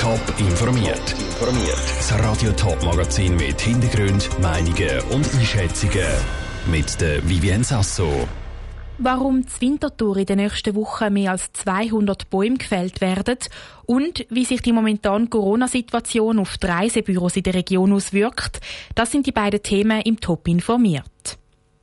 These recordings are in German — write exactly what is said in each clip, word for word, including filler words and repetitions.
Top informiert. Informiert. Das Radio Top Magazin mit Hintergrund, Meinungen und Einschätzungen mit der Vivienne Sasso. Warum in Winterthur in den nächsten Wochen mehr als zweihundert Bäume gefällt werden und wie sich die momentane Corona-Situation auf die Reisebüros in der Region auswirkt, das sind die beiden Themen im Top informiert.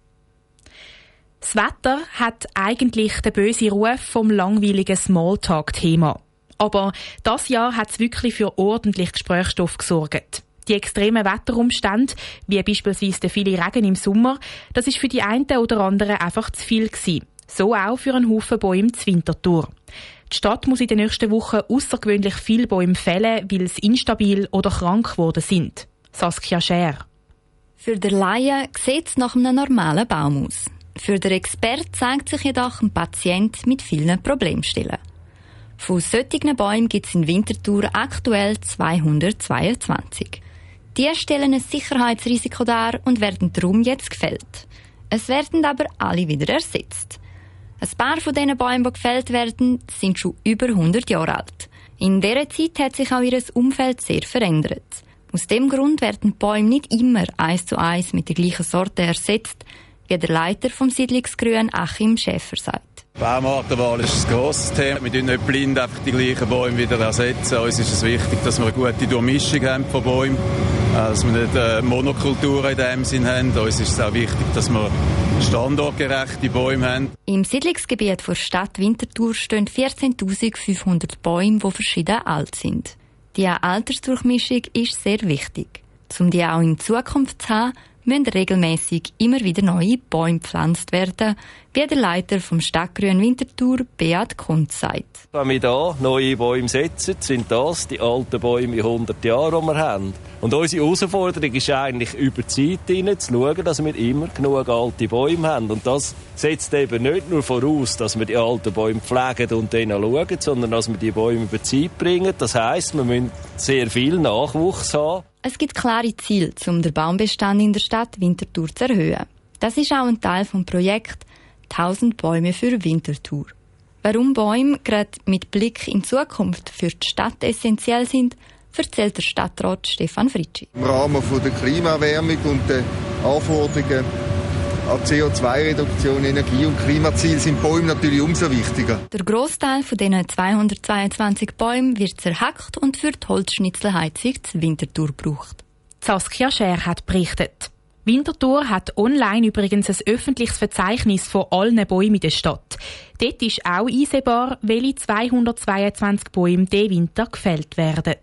Das Wetter hat eigentlich den bösen Ruf vom langweiligen Smalltalk-Thema. Aber das Jahr hat es wirklich für ordentlich Gesprächsstoff gesorgt. Die extremen Wetterumstände, wie beispielsweise der viele Regen im Sommer, das ist für die einen oder anderen einfach zu viel gewesen. So auch für einen Haufen Bäume in Winterthur. Die Stadt muss in den nächsten Wochen außergewöhnlich viele Bäume fällen, weil sie instabil oder krank geworden sind. Saskia Scher. Für den Laien sieht es nach einem normalen Baum aus. Für den Experten zeigt sich jedoch ein Patient mit vielen Problemstellen. Von solchen Bäumen gibt es in Winterthur aktuell zweihundertzweiundzwanzig. Die stellen ein Sicherheitsrisiko dar und werden darum jetzt gefällt. Es werden aber alle wieder ersetzt. Ein paar von diesen Bäumen, die gefällt werden, sind schon über hundert Jahre alt. In dieser Zeit hat sich auch ihr Umfeld sehr verändert. Aus dem Grund werden Bäume nicht immer eins zu eins mit der gleichen Sorte ersetzt, wie der Leiter vom Siedlungsgrün Achim Schäfer sagt. Baumartenwahl ist ein grosses Thema. Wir dürfen nicht blind einfach die gleichen Bäume wieder ersetzen. Uns ist es wichtig, dass wir eine gute Durchmischung haben von Bäumen, dass wir nicht äh, Monokulturen in dem Sinn haben. Uns ist es auch wichtig, dass wir standortgerechte Bäume haben. Im Siedlungsgebiet der Stadt Winterthur stehen vierzehntausendfünfhundert Bäume, die verschieden alt sind. Diese Altersdurchmischung ist sehr wichtig. Um die auch in Zukunft zu haben, müssen regelmäßig immer wieder neue Bäume gepflanzt werden, wie der Leiter vom Stadtgrün Winterthur, Beat Kunz, sagt. Wenn wir hier neue Bäume setzen, sind das die alten Bäume in hundert Jahren, die wir haben. Und unsere Herausforderung ist eigentlich, über die Zeit hinein zu schauen, dass wir immer genug alte Bäume haben. Und das setzt eben nicht nur voraus, dass wir die alten Bäume pflegen und denen schauen, sondern dass wir die Bäume über die Zeit bringen. Das heisst, wir müssen sehr viel Nachwuchs haben. Es gibt klare Ziele, um den Baumbestand in der Stadt Winterthur zu erhöhen. Das ist auch ein Teil des Projekts tausend Bäume für Winterthur. Warum Bäume gerade mit Blick in die Zukunft für die Stadt essentiell sind, erzählt der Stadtrat Stefan Fritschi. Im Rahmen der Klimaerwärmung und der Anforderungen an C O zwei Reduktion, Energie- und Klimaziele sind Bäume natürlich umso wichtiger. Der Grossteil von diesen zweihundertzweiundzwanzig Bäumen wird zerhackt und für die Holzschnitzelheizung zu Winterthur gebraucht. Saskia Scher hat berichtet. Winterthur hat online übrigens ein öffentliches Verzeichnis von allen Bäumen in der Stadt. Dort ist auch einsehbar, welche zweihundertzweiundzwanzig Bäume diesen Winter gefällt werden.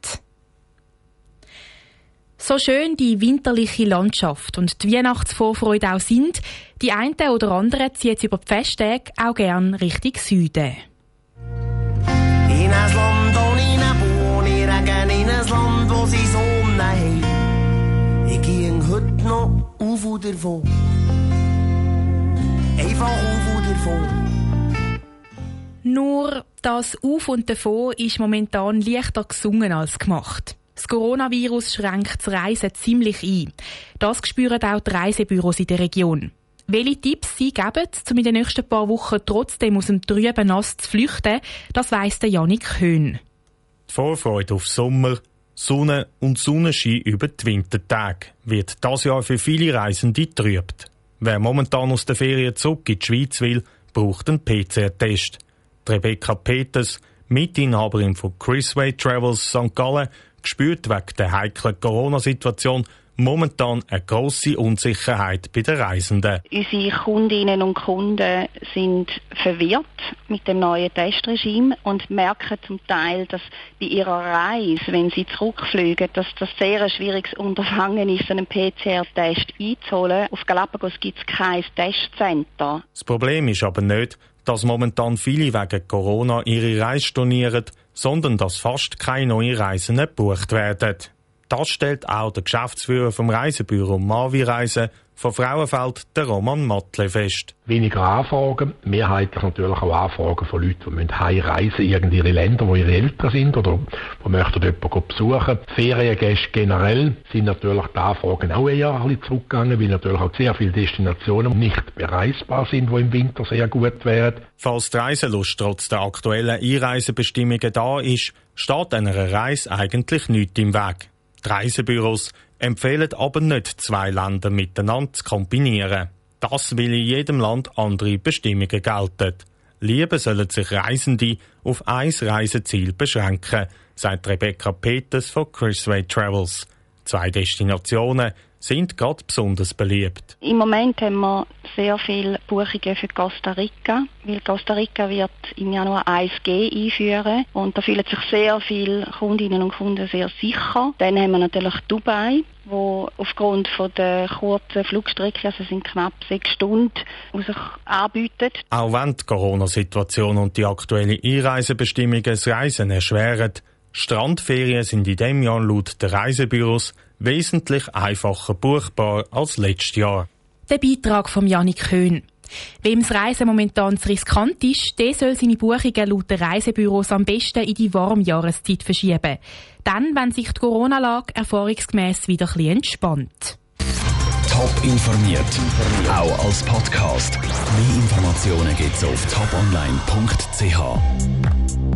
So schön die winterliche Landschaft und die Weihnachtsvorfreude auch sind, die einen oder anderen ziehen jetzt über die Festtage auch gern Richtung Süden. In ein Land ohne Wohne, Regen, in ein Land, wo sie Sonne haben. Ich ging heute noch auf und davon. Einfach auf und davon. Nur das Auf und davon ist momentan leichter gesungen als gemacht. Das Coronavirus schränkt das Reisen ziemlich ein. Das spüren auch die Reisebüros in der Region. Welche Tipps sie geben, um in den nächsten paar Wochen trotzdem aus dem trüben Nass zu flüchten, das weiss der Jannik Höhn. Die Vorfreude auf Sommer, Sonne und Sonnenschein über die Wintertage wird dieses Jahr für viele Reisende getrübt. Wer momentan aus den Ferien zurück in die Schweiz will, braucht einen P C R-Test. Rebecca Peters, Mitinhaberin von Chrisway Travels Sankt Gallen, spürt wegen der heiklen Corona-Situation momentan eine grosse Unsicherheit bei den Reisenden. Unsere Kundinnen und Kunden sind verwirrt mit dem neuen Testregime und merken zum Teil, dass bei ihrer Reise, wenn sie zurückfliegen, dass das sehr ein schwieriges Unterfangen ist, einen P C R-Test einzuholen. Auf Galapagos gibt es kein Testcenter. Das Problem ist aber nicht, dass momentan viele wegen Corona ihre Reise stornieren, sondern dass fast keine neuen Reisen gebucht werden. Das stellt auch der Geschäftsführer vom Reisebüro Mavi Reisen von Frauenfeld, der Roman Mattle, fest. Weniger Anfragen, mehrheitlich natürlich auch Anfragen von Leuten, die heimreisen in irgendeine Länder, wo ihre Eltern sind oder die möchten jemanden besuchen. Feriengäste generell sind natürlich die Anfragen auch eher ein bisschen zurückgegangen, weil natürlich auch sehr viele Destinationen nicht bereisbar sind, die im Winter sehr gut wären. Falls die Reiselust trotz der aktuellen Einreisebestimmungen da ist, steht einer Reise eigentlich nichts im Weg. Die Reisebüros empfehlen aber nicht, zwei Länder miteinander zu kombinieren. Das, weil in jedem Land andere Bestimmungen gelten. Lieber sollen sich Reisende auf ein Reiseziel beschränken, sagt Rebecca Peters von Chrisway Travels. Zwei Destinationen sind gerade besonders beliebt. Im Moment haben wir sehr viele Buchungen für Costa Rica, weil Costa Rica wird im Januar eins G einführen und da fühlen sich sehr viele Kundinnen und Kunden sehr sicher. Dann haben wir natürlich Dubai, wo aufgrund von der kurzen Flugstrecke, also es sind knapp sechs Stunden, wo sich anbietet. Auch wenn die Corona-Situation und die aktuellen Einreisebestimmungen das Reisen erschweren, Strandferien sind in diesem Jahr laut der Reisebüros wesentlich einfacher buchbar als letztes Jahr. Der Beitrag von Jannik Höhn. Wem das Reisen momentan zu riskant ist, der soll seine Buchungen laut der Reisebüros am besten in die Warmjahreszeit verschieben. Dann, wenn sich die Corona-Lage erfahrungsgemäss wieder ein bisschen entspannt. Top informiert, auch als Podcast. Mehr Informationen gibt's auf top online punkt c h.